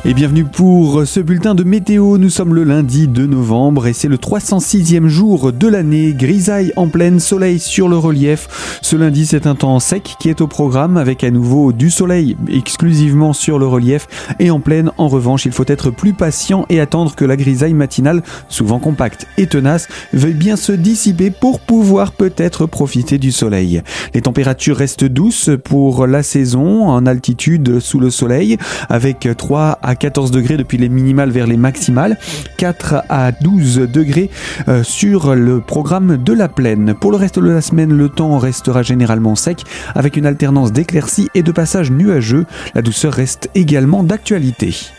Et bienvenue pour ce bulletin de météo. Nous sommes le lundi 2 novembre et c'est le 306e jour de l'année. Grisaille en pleine, soleil sur le relief. Ce lundi, c'est un temps sec qui est au programme avec à nouveau du soleil exclusivement sur le relief. Et en pleine, en revanche, il faut être plus patient et attendre que la grisaille matinale, souvent compacte et tenace, veuille bien se dissiper pour pouvoir peut-être profiter du soleil. Les températures restent douces pour la saison, en altitude sous le soleil, avec 3 à 14 degrés depuis les minimales vers les maximales, 4 à 12 degrés sur le programme de la plaine. Pour le reste de la semaine, le temps restera généralement sec, avec une alternance d'éclaircies et de passages nuageux. La douceur reste également d'actualité.